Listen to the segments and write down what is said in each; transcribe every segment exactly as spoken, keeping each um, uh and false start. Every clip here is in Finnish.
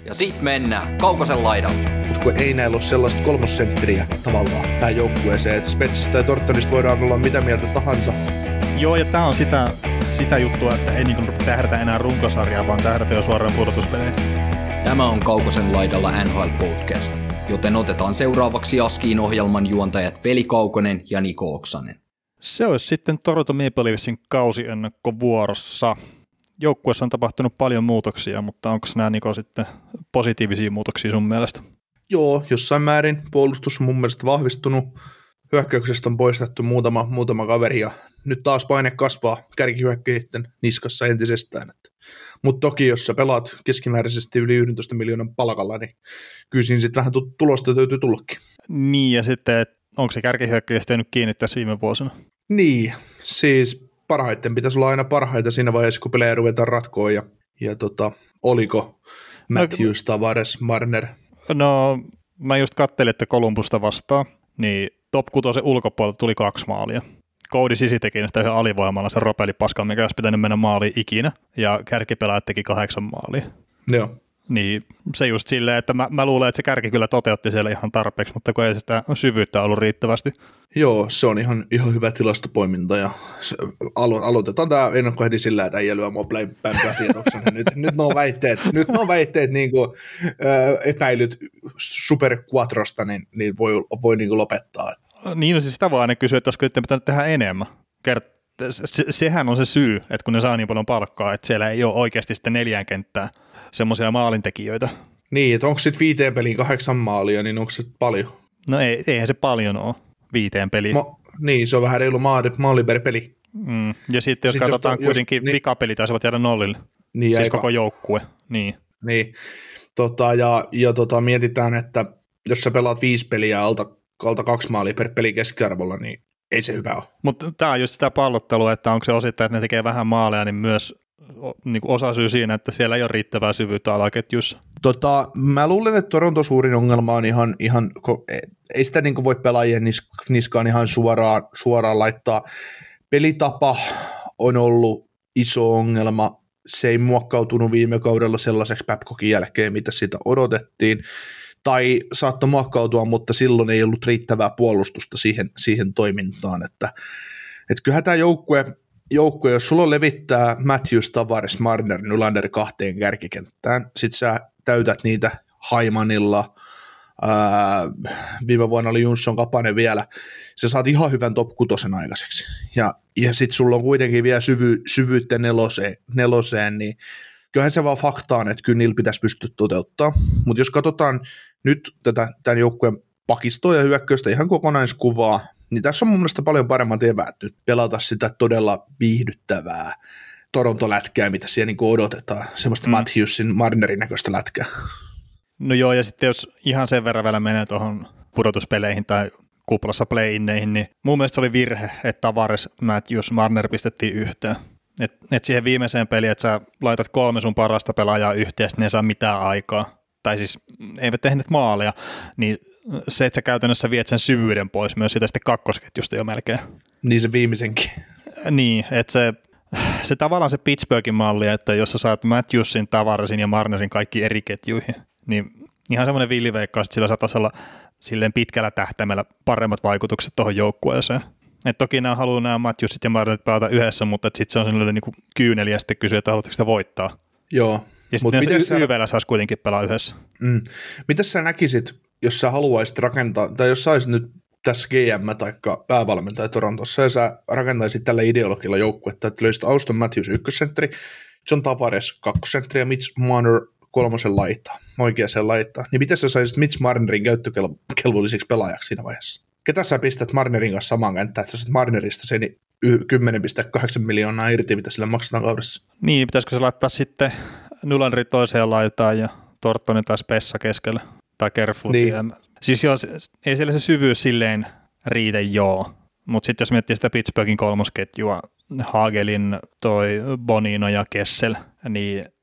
Ja sit mennään Kaukosen laidalle. Mutta kun ei näillä ole sellaista kolmosentteriä tavallaan tähän joukkueeseen, että Spetsistä ja Tortonista voidaan olla mitä mieltä tahansa. Joo, ja tää on sitä, sitä juttua, että ei niinku tähdätä enää runkosarjaa, vaan tähdätä jo suoraan pudotuspeleihin. Tämä on Kaukosen laidalla N H L Podcast, joten otetaan seuraavaksi Askiin ohjelman juontajat Veli Kaukonen ja Niko Oksanen. Se olisi sitten Toronto Maple Leafsin kausiennakkovuorossa. Joukkueessa on tapahtunut paljon muutoksia, mutta onko nämä Niko sitten positiivisia muutoksia sun mielestä? Joo, jossain määrin puolustus on mun mielestä vahvistunut. Hyökkäyksestä on poistettu muutama, muutama kaveri ja nyt taas paine kasvaa kärkihyökkäjien niskassa entisestään. Mutta toki jos sä pelaat keskimääräisesti yli yksitoista miljoonan palkalla, niin kyllä siinä sitten vähän tulosta täytyy tullakin. Niin ja sitten, onko se kärkihyökkäjä tehnyt kiinni tässä viime vuosina? Niin, siis parhaiten pitäisi olla aina parhaita siinä vaiheessa, kun pelejä ruvetaan ratkoon ja, ja tota, oliko Matthews, no, Tavares, Marner? No mä just kattelin, että Columbusta vastaan, niin top kutosen ulkopuolelta tuli kaksi maalia. Cody Ceci teki sitä yhden alivoimalla, se ropeli paskan, mikä olisi pitänyt mennä maaliin ikinä, ja kärkipelaajat teki kahdeksan maalia. Joo. Niin se just silleen, että mä, mä luulen, että se kärki kyllä toteutti siellä ihan tarpeeksi, mutta kun ei sitä syvyyttä ollut riittävästi. Joo, se on ihan, ihan hyvä tilastopoiminta, ja se, alo, aloitetaan tämä ennakko heti sillä, että ei lyö mua pämpää sijoituksena. nyt, nyt nuo väitteet, nyt nuo väitteet niin kuin, äh, epäilyt Super Quattrosta, niin, niin voi, voi niin kuin lopettaa. Niin, no siis sitä voi aina kysyä, että olisiko nyt pitänyt tehdä enemmän. Kert- se, sehän on se syy, että kun ne saa niin paljon palkkaa, että siellä ei ole oikeasti sitten neljään kenttää semmoisia maalintekijöitä. Niin, että onko sitten viiteen peliin kahdeksan maalia, niin onko se paljon? No ei, eihän se paljon ole viiteen peliin. Ma- niin, se on vähän reilu maali, maali per peli. Mm. Ja sitten jos sitten katsotaan jos, kuitenkin jos, niin, vikapelit taisivat jäädä nollille, niin, siis koko joukkue. Niin, niin. Tota, ja, ja tota, mietitään, että jos sä pelaat viisi peliä alta, alta kaksi maalia per peli keskiarvolla, niin ei se hyvä ole. Mutta tämä on just sitä pallottelua, että onko se osittain, että ne tekee vähän maaleja, niin myös niin osa syy siinä, että siellä ei ole riittävää syvyyttä alaketjussa. Tota, mä luulen, että Toronton suurin ongelma on ihan, ihan ei sitä niin voi pelaajien niskaan ihan suoraan, suoraan laittaa. Pelitapa on ollut iso ongelma. Se ei muokkautunut viime kaudella sellaiseksi Babcockin jälkeen, mitä sitä odotettiin. Tai saattoi muokkautua, mutta silloin ei ollut riittävää puolustusta siihen, siihen toimintaan. Että, että kyllähän tämä joukkue, joukkue, jos sulla levittää Matthews, Tavares, Marner, Nylander kahteen kärkikenttään, sit sä täytät niitä Haimanilla, ää, viime vuonna oli Jonsson Kapanen vielä, sä saat ihan hyvän top kutosen aikaiseksi. Ja, ja sit sulla on kuitenkin vielä syvy, syvyyttä neloseen, neloseen, niin kyllähän se vaan faktaan, että kyllä niillä pitäisi pystyä toteuttaa. Mutta jos katsotaan nyt tätä, tämän joukkueen pakistoa ja hyökkäystä ihan kokonaiskuvaa, niin tässä on mun mielestä paljon paremmat eväät nyt pelata sitä todella viihdyttävää Toronto-lätkää, mitä siellä niin odotetaan, semmoista mm. Matthewsin, Marnerin näköistä lätkää. No joo, ja sitten jos ihan sen verran vielä menee tuohon pudotuspeleihin tai kuplassa play-inneihin, niin mun mielestä se oli virhe, että Tavares, Matthews, Marner pistettiin yhteen. Että et siihen viimeiseen peliin, että sä laitat kolme sun parasta pelaajaa yhteen, ja ne ei saa mitään aikaa, tai siis eivät tehneet maaleja, niin se, että sä käytännössä viet sen syvyyden pois myös sitä sitten kakkosketjusta jo melkein. Niin se viimeisenkin. Niin, että se, se tavallaan se Pittsburghin malli, että jos sä saat Matthewsin, Tavaresin ja Marnerin kaikki eri ketjuihin, niin ihan semmoinen villiveikkaus, että sillä saataisiin olla silleen pitkällä tähtäimellä paremmat vaikutukset tuohon joukkueeseen. Et toki nämä haluaa nämä Matthewsit ja Marnerit pelata yhdessä, mutta sitten se on sellainen niin kuin kyyneli ja sitten kysyä, että haluatteko sitä voittaa. Joo. Ja sitten y- sä... Y V:llä saisi kuitenkin pelaa yhdessä. Mm. Mitäs sä näkisit, jos sä haluaisit rakentaa, tai jos saisit nyt tässä G M tai päävalmentaja Torontossa, ja sä rakentaisit tällä ideologilla joukkuetta, että löysit Auston Matthews ykkössentteri, John Tavares kakkosentteri ja Mitch Marner kolmosen laitaa, oikeaseen laitaa, niin miten sä saisit Mitch Marnerin käyttökelvolliseksi pelaajaksi siinä vaiheessa? Ketä sä pistät Marnerin kanssa samaan kenttään, että sä sait Marnerista sen kymmenen pilkku kahdeksan miljoonaa irti, mitä sillä maksetaan kaudessa? Niin, pitäisikö se laittaa sitten Nylander toiseen laitaan ja Tortonin taas Pessa keskelle tai Kerfoot. Niin. Siis jos, ei siellä se syvyys silleen riitä joo, mutta sitten jos miettii sitä Pittsburghin kolmosketjua, Hagelin, toi Bonino ja Kessel, niin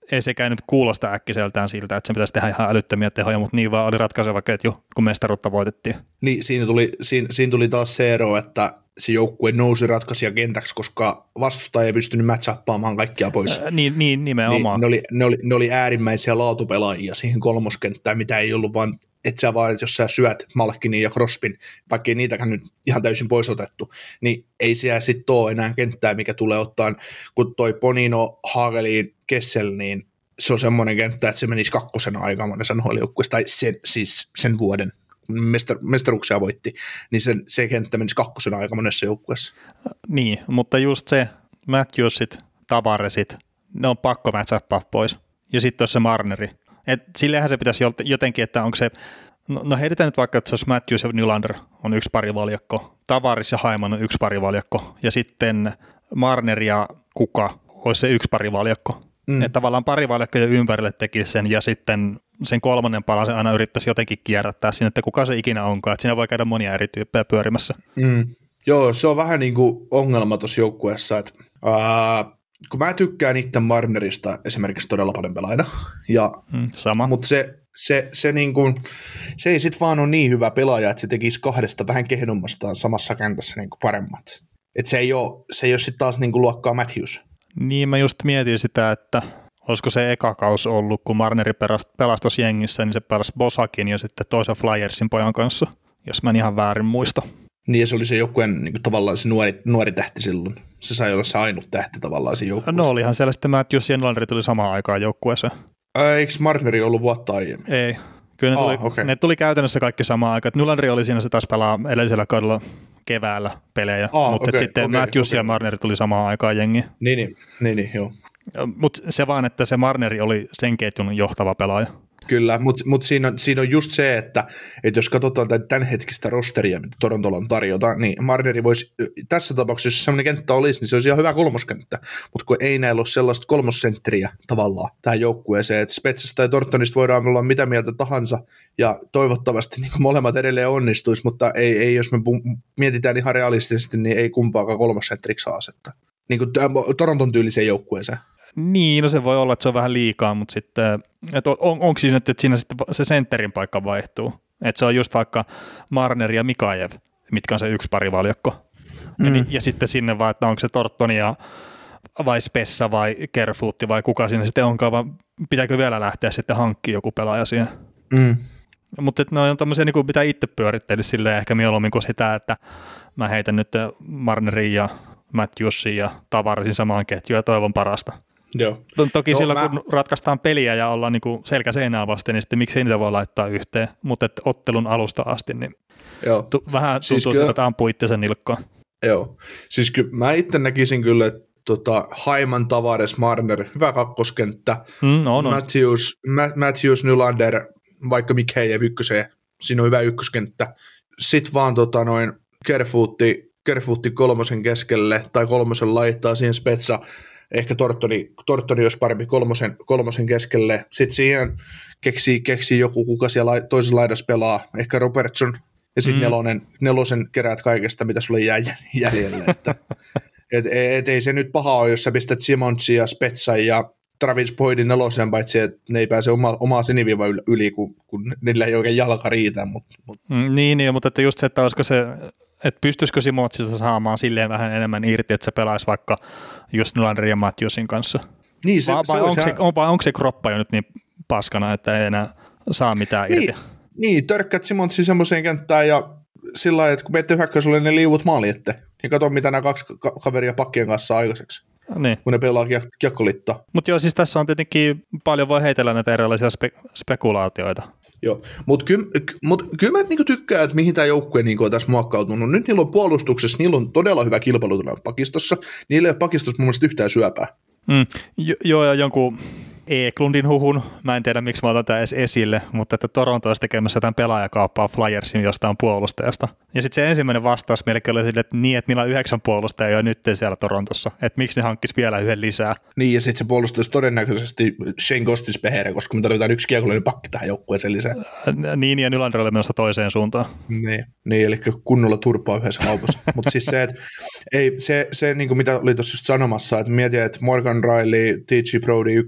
ei sekään nyt kuulosta äkkiseltään siltä, että sen pitäisi tehdä ihan älyttömiä tehoja, mutta niin vaan oli ratkaiseva ketju, kun mestaruutta voitettiin. Niin, siinä tuli, siinä, siinä tuli taas se ero, että se joukkue nousi ratkaisija kentäksi, koska vastustaja ei pystynyt matchappaamaan kaikkia pois. Ää, niin, niin, nimenomaan. Niin, ne, oli, ne, oli, ne oli äärimmäisiä laatupelaajia siihen kolmoskenttään, mitä ei ollut vaan, että sä vaan, jos sä syöt Malkkinin ja Crosbyn, vaikka ei niitäkään nyt ihan täysin pois otettu, niin ei siellä sitten ole enää kenttää, mikä tulee ottaan, kun toi Bonino, Hageliin, Kessel, niin se on semmoinen kenttä, että se menisi kakkosena aika monessa N H L-joukkueessa, tai sen, siis sen vuoden. Mestar, mestaruksia voitti, niin sen, se kenttä menisi kakkosena aika monessa joukkueessa. Niin, mutta just se Matthewsit, Tavaresit, ne on pakko matchappaa pois. Ja sitten on se Marneri. Et sillehän se pitäisi jotenkin, että onko se, no, no heitetään nyt vaikka, että se olisi Matthews ja Nylander on yksi parivaljakko, Tavares ja Hyman on yksi parivaljakko, ja sitten Marner ja Kuka olisi se yksi parivaljakko. Mm. Että tavallaan parivaljakko jo ympärille tekisi sen, ja sitten sen kolmannen palasen aina yrittäisi jotenkin kierrättää sinne, että kuka se ikinä onkaan, että siinä voi käydä monia eri tyyppejä pyörimässä. Mm. Joo, se on vähän niin kuin ongelma tuossa joukkueessa, että ää, kun mä tykkään itse Marnerista esimerkiksi todella paljon pelaajana, ja, mm, sama. Mutta se, se, se, niin kuin, se ei sitten vaan ole niin hyvä pelaaja, että se tekisi kahdesta vähän kehnommastaan samassa kentässä niin kuin paremmat. Että se ei ole, se ei ole sitten taas niin kuin luokkaa Matthews. Niin, mä just mietin sitä, että olisiko se eka kaus ollut, kun Marneri pelasi jengissä, niin se pelasi Bosakin ja sitten toisen Flyersin pojan kanssa, jos mä en ihan väärin muista. Niin, ja se oli se joukkueen niin tavallaan se nuori, nuori tähti silloin. Se sai olla se ainut tähti tavallaan siinä joukkueessa. No olihan siellä sitten Matthews ja Nylander tuli samaan aikaan joukkueeseen. Eikö Marneri ollut vuotta aiemmin? Ei. Kyllä ne, ah, tuli, okay. ne tuli käytännössä kaikki samaan aikaan. Nylander oli siinä, se taas pelaa edellisellä kaudella keväällä pelejä, ah, mutta okay, sitten okay, Matthews okay. ja Marneri tuli samaan aikaan jengiin. Niin, niin, niin, niin joo. Mutta se vaan, että se Marneri oli sen ketjun johtava pelaaja. Kyllä, mutta mut siinä, siinä on just se, että, että jos katsotaan tämänhetkistä rosteria, mitä Torontolla on tarjota, niin Marneri voisi, tässä tapauksessa, jos sellainen kenttä olisi, niin se olisi ihan hyvä kolmoskenttä, mutta kun ei näillä ole sellaista kolmosentteriä tavallaan tähän joukkueeseen, että Spetsasta ja Tortonista voidaan olla mitä mieltä tahansa, ja toivottavasti niin molemmat edelleen onnistuisi, mutta ei, ei, jos me mietitään ihan realistisesti, niin ei kumpaakaan kolmosentteriksi saa asettaa. Niin kuin Toronton tyyliseen joukkueeseen. Niin, no se voi olla, että se on vähän liikaa, mutta sitten, että on, onko siinä, että siinä sitten se sentterin paikka vaihtuu? Että se on just vaikka Marner ja Mikajev, mitkä on se yksi parivaljakko. Mm. Ja, ja sitten sinne vaan, että onko se Tortonia vai Spessa vai Kerfuutti vai kuka siinä sitten onkaan, vaan pitääkö vielä lähteä sitten hankkimaan joku pelaaja siihen. Mm. Mutta ne on tämmöisiä, niin kuin pitää itse pyörittää silleen ehkä mieluummin kuin sitä, että mä heitän nyt Marnerin ja Matthewsin ja Tavaresin samaan ketjuun ja toivon parasta. Joo. Toki no, silloin, mä... kun ratkaistaan peliä ja ollaan niin selkä seinää vasten, niin sitten miksei niitä voi laittaa yhteen, mutta ottelun alusta asti, niin Joo. Tu- vähän siis tuntuu kyllä... siltä, että ampuu itse sen nilkkaan. Joo, siis kyllä mä itse näkisin kyllä, että tota, Hyman, Tavares, Marner, hyvä kakkoskenttä, mm, no, no. Matthews, Ma- Matthews, Nylander, vaikka Mikheyev ykköseen, siinä on hyvä ykköskenttä. Sitten vaan tota, noin Kerfuutti, Kerfuutti kolmosen keskelle tai kolmosen laittaa siihen Spetsa. Ehkä Tortoni, Tortoni olisi parempi kolmosen, kolmosen keskelle. Sitten siihen keksii, keksii joku, kuka siellä toisessa laidassa pelaa. Ehkä Robertson. Ja sitten mm. nelonen, nelosen keräät kaikesta, mitä sulle jää jäljelle. Että, et, et, ei se nyt paha ole, jos sä pistät Simonsia, Spetsan ja Travis Boydin nelosen, paitsi että ne ei pääse oma, omaa siniviivaa yli, kun, kun niillä ei oikein jalka riitä. Mut, mut. Mm, niin, niin, mutta että just se, että olisiko se... Että pystyisikö Simotsista saamaan silleen vähän enemmän irti, että se pelaisi vaikka just Nylanderin ja Matthewsin kanssa? Niin, se, vai, se vai, onko se, ihan... vai onko se kroppa jo nyt niin paskana, että ei enää saa mitään niin, irti? Niin, törkkät Simotsin semmoiseen kenttään ja sillä lailla, että kun menette hyökkäysulle ne liivut maali ette, niin katso mitä nämä kaksi kaveria pakkien kanssa aikaiseksi, niin. kun ne pelaa kiek- kiekkoliittoa. Mutta joo, siis tässä on tietenkin paljon voi heitellä näitä erilaisia spe- spekulaatioita. Joo, mutta kyllä mut, kyl mä niinku tykkään, että mihin tämä joukkue niinku on tässä muokkautunut. Nyt niillä on puolustuksessa, niillä on todella hyvä kilpailutilanne pakistossa. Niillä ei ole pakistossa mun mielestä yhtään syöpää. Mm, jo, joo, ja jonkun Eklundin huhun, mä en tiedä miksi mä otan tämän edes esille, mutta että Toronto olisi tekemässä tämän pelaajakauppaa Flyersin jostain puolustajasta. Ja sitten se ensimmäinen vastaus melkein oli sille, että niin, että niillä on yhdeksän puolustajaa jo nyt siellä Torontossa, että miksi ne hankkisi vielä yhden lisää. Niin, ja sitten se puolustaisi todennäköisesti Shane Gostisbehere, koska me tarvitaan yksi kiekollinen pakki tähän joukkueeseen lisää. Niin, ja Nylander oli menossa toiseen suuntaan. Niin, niin eli kunnolla turpaa yhdessä kaupassa. Mutta siis se, että ei, se, se niin kuin mitä oli tuossa just sanomassa, että mietin, että Morgan Riley, T J Brody, ykköspari,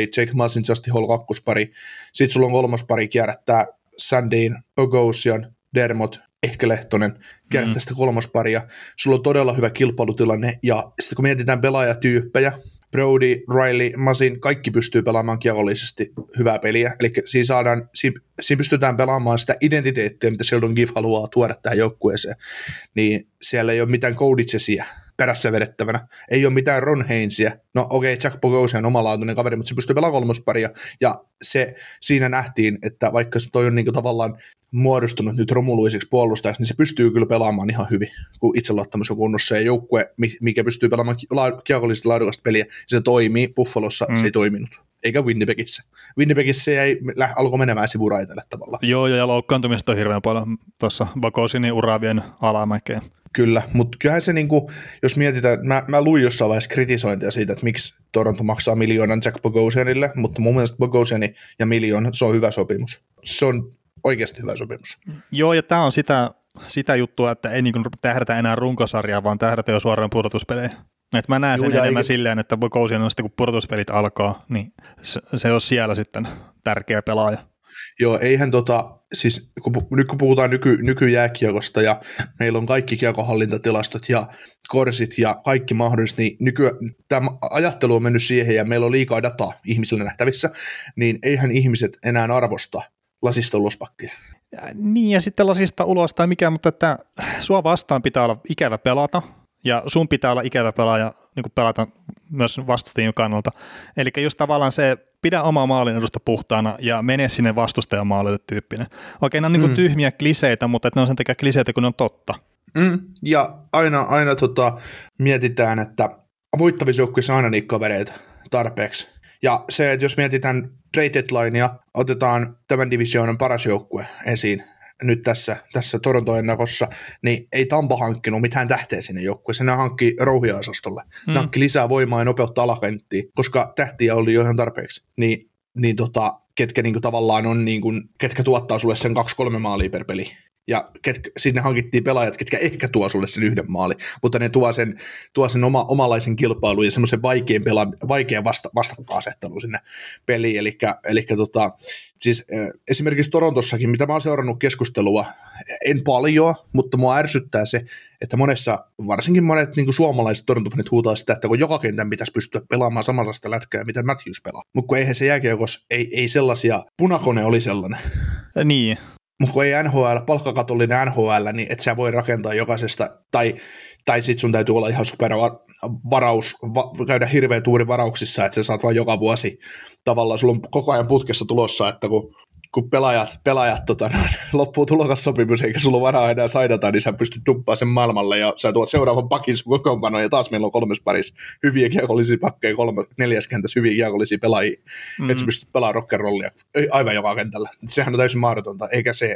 Jake Mulsin, Justin Hall kakkospari. Sitten sulla on kolmospari kierrättää Sandin, Bogosian, Dermot, ehkä Lehtonen, kierrättää mm. sitä kolmosparia. Sulla on todella hyvä kilpailutilanne, ja sitten kun mietitään pelaajatyyppejä, Brody, Riley, Masin, kaikki pystyy pelaamaan kiekollisesti hyvää peliä. Eli siinä, saadaan, siinä, siinä pystytään pelaamaan sitä identiteettiä, mitä Sheldon Giff haluaa tuoda tähän joukkueeseen. Niin siellä ei ole mitään Codicesiä perässä vedettävänä. Ei ole mitään Ron Hainesia. No okei, okay, Jack Bogosian on omalaatuinen kaveri, mutta se pystyy pelaamaan kolmosparia. Ja se, siinä nähtiin, että vaikka se toi on niinku tavallaan muodostunut nyt romuluiseksi puolustajaksi, niin se pystyy kyllä pelaamaan ihan hyvin, kun itseluottamus on kunnossa. Ja joukkue, mikä pystyy pelaamaan kiekollisesti laadukasta peliä, se toimii. Buffalossa mm. se ei toiminut. Eikä Winnipegissä. Winnipegissä se ei alkoi menemään sivuraiteille tavallaan. Joo, ja loukkaantumista on hirveän paljon tuossa Bogosianin uraavien alamäkeen. Kyllä, mutta kyllähän se, niinku, jos mietitään, mä, mä luin jossain vaiheessa kritisointia siitä, että miksi Toronto maksaa miljoonan Jack Bogosianille, mutta mun mielestä Bogosiani ja miljoona, se on hyvä sopimus. Se on oikeasti hyvä sopimus. Joo, ja tämä on sitä, sitä juttua, että ei niinku tähdätä enää runkosarjaa, vaan tähdätä jo suoraan pudotuspeleihin. Et mä näen sen Juu, enemmän ei... silleen, että Bogosian on sitten, kun pudotuspelit alkaa, niin se, se on siellä sitten tärkeä pelaaja. Joo, eihän tota, siis kun, nyt kun puhutaan nyky, nykyjääkiekosta ja meillä on kaikki kiekohallintatilastot ja korsit ja kaikki mahdolliset, niin nyky, tämä ajattelu on mennyt siihen ja meillä on liikaa dataa ihmisillä nähtävissä, niin eihän ihmiset enää arvosta lasista ulospakkia. Niin ja sitten lasista ulos tai mikä, mutta että sua vastaan pitää olla ikävä pelata. Ja sun pitää olla ikävä pelaaja niin kuin pelata myös vastustajien kannalta. Eli just tavallaan se pidä oma maalin edusta puhtaana ja mene sinne vastustajan maalille tyyppinen. Okei, ne on mm. niin kuin tyhmiä kliseitä, mutta ne on sen takia kliseitä, kun ne on totta. Mm. Ja aina, aina tota, mietitään, että voittavissa joukkueissa on aina niitä kavereita tarpeeksi. Ja se, että jos mietitään trade deadlinea, otetaan tämän divisioonan paras joukkue esiin, nyt tässä, tässä Toronto-ennakossa, niin ei Tampa hankkinut mitään tähteä sinne joukkueeseen. Ne hankki rouhia-osastolle. Mm. Ne hankki lisää voimaa ja nopeutta alakenttiin, koska tähtiä oli jo ihan tarpeeksi. Niin, niin tota, ketkä niinku tavallaan on, niinku, ketkä tuottaa sulle sen kaksi kolme maalia per peli. Ja ketkä, sinne hankittiin pelaajat, ketkä ehkä tuo sulle sen yhden maali, mutta ne tuo sen, tuo sen oma, omalaisen kilpailun ja semmoisen vaikean, pela- vaikean vasta, vastakkainasettelun sinne peliin. Eli, eli tota, siis, äh, esimerkiksi Torontossakin, mitä mä oon seurannut keskustelua, en paljon, mutta mua ärsyttää se, että monessa, varsinkin monet niin kuin suomalaiset Toronto-fanit huutaa sitä, että kun joka kentän pitäisi pystyä pelaamaan samanlaista lätkää, mitä Matthews pelaa. Mutta kun eihän se jääkiekos, ei, ei sellaisia, Punakone oli sellainen. Niin. Mutta kun ei N H L, palkkakatollinen N H L, niin et sä voi rakentaa jokaisesta, tai, tai sit sun täytyy olla ihan supervaraus, va, käydä hirveä tuuri varauksissa, että sä saat vaan joka vuosi tavallaan, sulla on koko ajan putkessa tulossa, että kun, kun pelaajat, pelaajat tota, no, loppuu tulokassopimus, eikä sulla varaa enää saidata, niin sä pystyt dumppaamaan sen maailmalle, ja sä tuot seuraavan pakin sun kokoonpanoon, ja taas meillä on kolmes parissa hyviä kiekollisia pakkeja, kolme, neljäs kentässä hyviä kiekollisia pelaajia, mm. että sä pystyt pelaamaan rock'n'rollia aivan joka kentällä. Sehän on täysin mahdotonta, eikä se.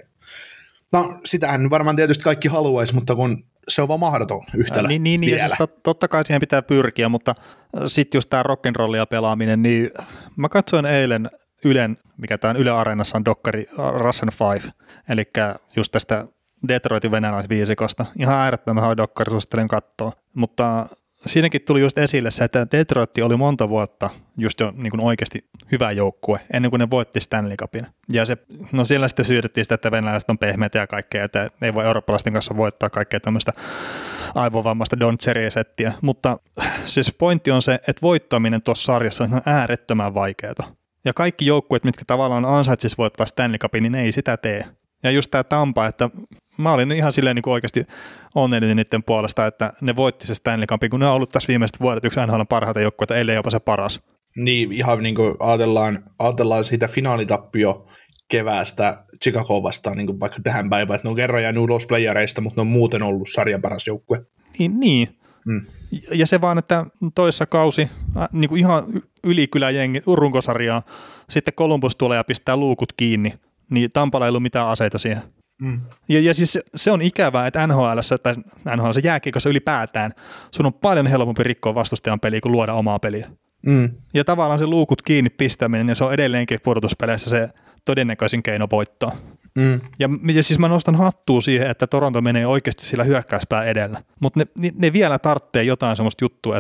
No, sitähän varmaan tietysti kaikki haluaisi, mutta kun se on vaan mahdoton yhtälö niin, niin, vielä. Ja siis totta kai siihen pitää pyrkiä, mutta sitten just tämä rock'n'rollia pelaaminen, niin mä katsoin eilen Ylen, mikä tämä on Yle Areenassa on dokkari Russian Five, eli just tästä Detroitin venäläisviisikosta. Ihan äärettömän hyvä dokkari, suosittelen katsoa, mutta siinäkin tuli just esille se, että Detroit oli monta vuotta just jo niin kuin oikeasti hyvä joukkue, ennen kuin ne voitti Stanley Cupin. Ja se, no siellä sitten syydettiin sitä, että venäläiset on pehmeitä ja kaikkea, että ei voi eurooppalaisten kanssa voittaa kaikkea tämmöistä aivovammasta Don Cherry-settiä. Mutta siis pointti on se, että voittaminen tuossa sarjassa on ihan äärettömän vaikeaa. Ja kaikki joukkueet, mitkä tavallaan ansaitsisi voittaa Stanley Cupin, niin ne ei sitä tee. Ja just tämä Tampa, että mä olin ihan silleen niin kuin oikeasti onnellinen niiden puolesta, että ne voitti se Stanley Cupin, kun ne on ollut tässä viimeiset vuodet yksi N H L:n parhaita joukkueita, ellei jopa se paras. Niin, ihan niin kuin ajatellaan, ajatellaan siitä finaalitappio keväästä Chicagoa vastaan niin kuin vaikka tähän päivään, että ne on kerran jäänyt ulos playereista, mutta ne on muuten ollut sarjan paras joukkue. Niin, niin. Mm. Ja se vaan, että toissa kausi äh, niin kuin ihan ylikyläjengi runkosarjaa, sitten Columbus tulee ja pistää luukut kiinni, niin Tampalla ei ollut mitään aseita siihen. Mm. Ja, ja siis se, se on ikävää, että N H L:ssä tai N H L:ssä jääkiekossa ylipäätään sun on paljon helpompi rikkoa vastustajan peliä kuin luoda omaa peliä. Mm. Ja tavallaan se luukut kiinni pistäminen, ja se on edelleenkin pudotuspeleissä se todennäköisin keino voittaa. Mm. Ja, ja siis mä nostan hattua siihen, että Toronto menee oikeasti sillä hyökkäyspää edellä. Mutta ne, ne vielä tarvitsee jotain semmoista juttua, että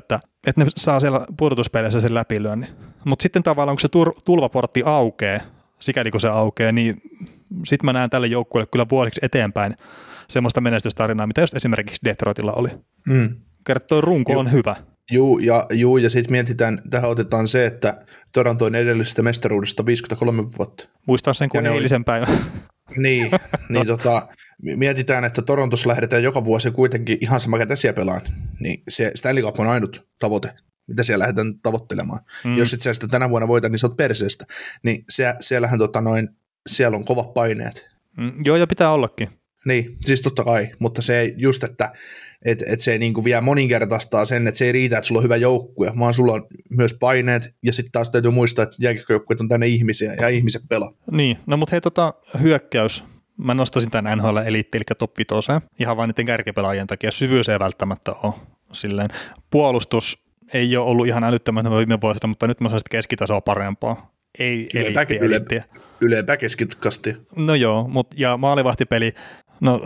että ne saa siellä pudotuspeleissä sen läpilyönnin. Mutta sitten tavallaan, kun se tur- tulvaportti aukeaa, sikäli kun se aukeaa, niin sitten mä näen tälle joukkueelle kyllä vuosiksi eteenpäin semmoista menestystarinaa, mitä just esimerkiksi Detroitilla oli. Mm. Kertoo runko Juh. on hyvä. Juu, ja, juu, ja sitten mietitään, tähän otetaan se, että Torontoin edellisestä mestaruudesta viisikymmentäkolme vuotta. Muistaa sen kuin eilisen oli... päivän. Niin, niin tota, mietitään, että Torontossa lähdetään joka vuosi kuitenkin ihan sama ketä siellä pelaan, niin se Stanley Cup on ainut tavoite, mitä siellä lähdetään tavoittelemaan. Mm. Jos itse asiassa tänä vuonna voitat, niin se on perseestä. Niin se, siellähän tota noin, siellä on kovat paineet. Mm, joo, ja pitää ollakin. Niin, siis totta kai, mutta se ei just, että et, et se niinku vielä moninkertaistaa sen, että se ei riitä, että sulla on hyvä joukkue, vaan sulla on myös paineet, ja sitten taas täytyy muistaa, että jääkiekkojoukkueet on tänne ihmisiä, ja ihmiset pelaa. Niin, no mutta hei tota, hyökkäys, mä nostaisin tämän N H L-eliitti, eli top vitoseen, ihan vain niiden kärkipelaajien takia, syvyys ei välttämättä ole silleen. Puolustus ei ole ollut ihan älyttömän hyvä viime vuosina, mutta nyt mä saan keskitasoa parempaa. Ei eliittiä. Yle, ylempää keskikasti. No joo, mutta ja maalivahtipeli, no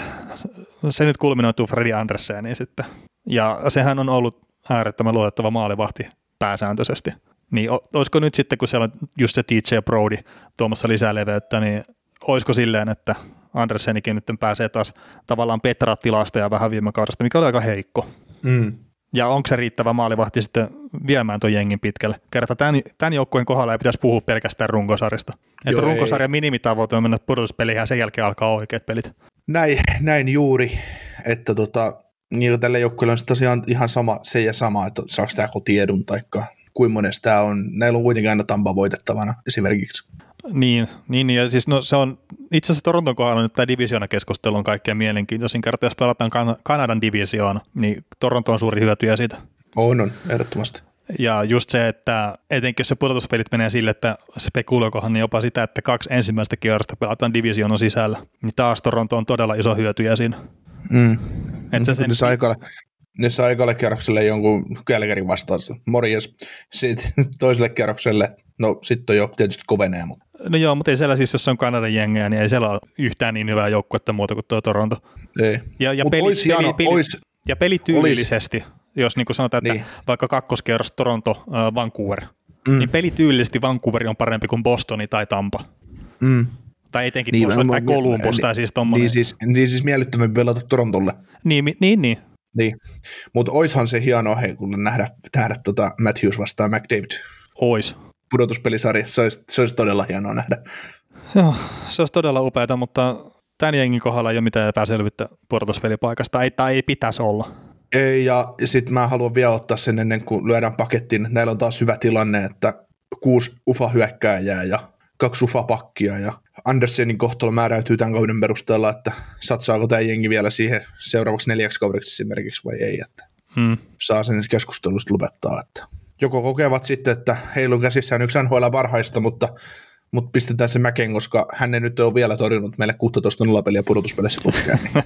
se nyt kulminoituu Fredi Anderseniin sitten. Ja sehän on ollut äärettömän luotettava maalivahti pääsääntöisesti. Niin olisiko nyt sitten, kun siellä on just se T J Brody tuomassa lisää leveyttä, niin olisiko silleen, että Andersenikin nyt pääsee taas tavallaan Petra-tilasta ja vähän viime kaudesta, mikä oli aika heikko. Mm. Ja onko se riittävä maalivahti sitten viemään tuon jengin pitkälle? Kerta tämän, tämän joukkueen kohdalla ei pitäisi puhua pelkästään runkosarjasta. Että runkosarjan minimittavoite on mennä pudotuspeliin ja sen jälkeen alkaa oikeat pelit. Näin, näin juuri, että tota, niin tällä joukkueella on tosiaan ihan sama, se ja sama, että saako tämä kotiedun taikka kuinka monesta tämä on. Näillä on kuitenkin aina Tampa voitettavana esimerkiksi. Niin, niin, ja siis no se on, itse asiassa Toronton kohdalla nyt tämä divisioonakeskustelu on kaikkein mielenkiintoisin kerta, jos pelataan kan- Kanadan divisioona, niin Toronto on suuri hyötyjä siitä. On, on, ehdottomasti. Ja just se, että etenkin jos se pudotuspelit menee sille, että spekuloikohan niin jopa sitä, että kaksi ensimmäistä kierrosta pelataan divisioonan sisällä, niin taas Toronto on todella iso hyötyjä siinä. Mm. Että se ne, sai ekale, ne sai ekalle kierrokselle jonkun Calgaryn vastaus. Morjes. Sitten toiselle kierrokselle, no sitten on jo tietysti kovenee. Mutta. No joo, mutta ei siellä siis, jos on Kanadan jengejä, niin ei siellä ole yhtään niin hyvää joukkuetta muuta kuin tuo Toronto. Ei. Ja, ja, peli, peli, hieno, peli, ois, ja pelityylillisesti, olis. Jos niin kuin sanotaan, että niin. Vaikka kakkoskierros Toronto, äh, Vancouver, mm. niin pelityylisesti Vancouver on parempi kuin Bostoni tai Tampa. Mm. Tai etenkin niin, Boston, tai Columbus, tai siis tommoinen. Niin siis, niin siis miellyttävämpi pelata Torontolle. Niin, niin, niin. Niin, mutta oishan se hienoa, hei, kun nähdä, nähdä tota Matthews vastaan McDavid. Ois. Pudotuspelisarja, se olisi, se olisi todella hienoa nähdä. Joo, se olisi todella upeata, mutta tämän jengin kohdalla ei ole mitään epäselvyyttä pudotuspelipaikasta, ei, tai ei pitäisi olla. Ei, ja sitten mä haluan vielä ottaa sen ennen kuin lyödään pakettiin, että näillä on taas hyvä tilanne, että kuusi ufa-hyökkääjää ja kaksi ufa-pakkia, ja Andersenin kohtalo määräytyy tämän kauden perusteella, että satsaako tämä jengi vielä siihen seuraavaksi neljäksi kaudeksi esimerkiksi vai ei, että hmm. saa sen keskustelusta lopettaa, että joko kokevat sitten, että heillä on käsissään yksi N H L parhaista, mutta, mutta pistetään se mäkeen, koska hän ei nyt ole vielä torjunut meille kuusitoista nolla peliä pudotuspeleissä putkeen. Niin.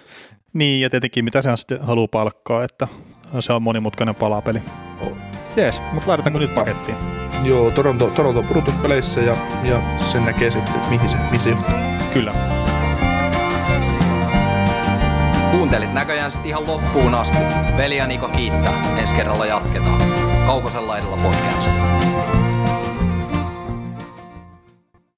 Niin, ja tietenkin mitä se sitten haluaa palkkaa, että se on monimutkainen palapeli. Oh. Jees, mutta laitetaanko nyt pakettiin? Joo, Toronto, Toronto pudotuspeleissä ja, ja sen näkee sitten, että mihin se, mihin se johtaa. Kyllä. Kuuntelit näköjään sitten ihan loppuun asti. Veli ja Niko kiittää. Ensi kerralla jatketaan. Kaukosen laidalla podcast.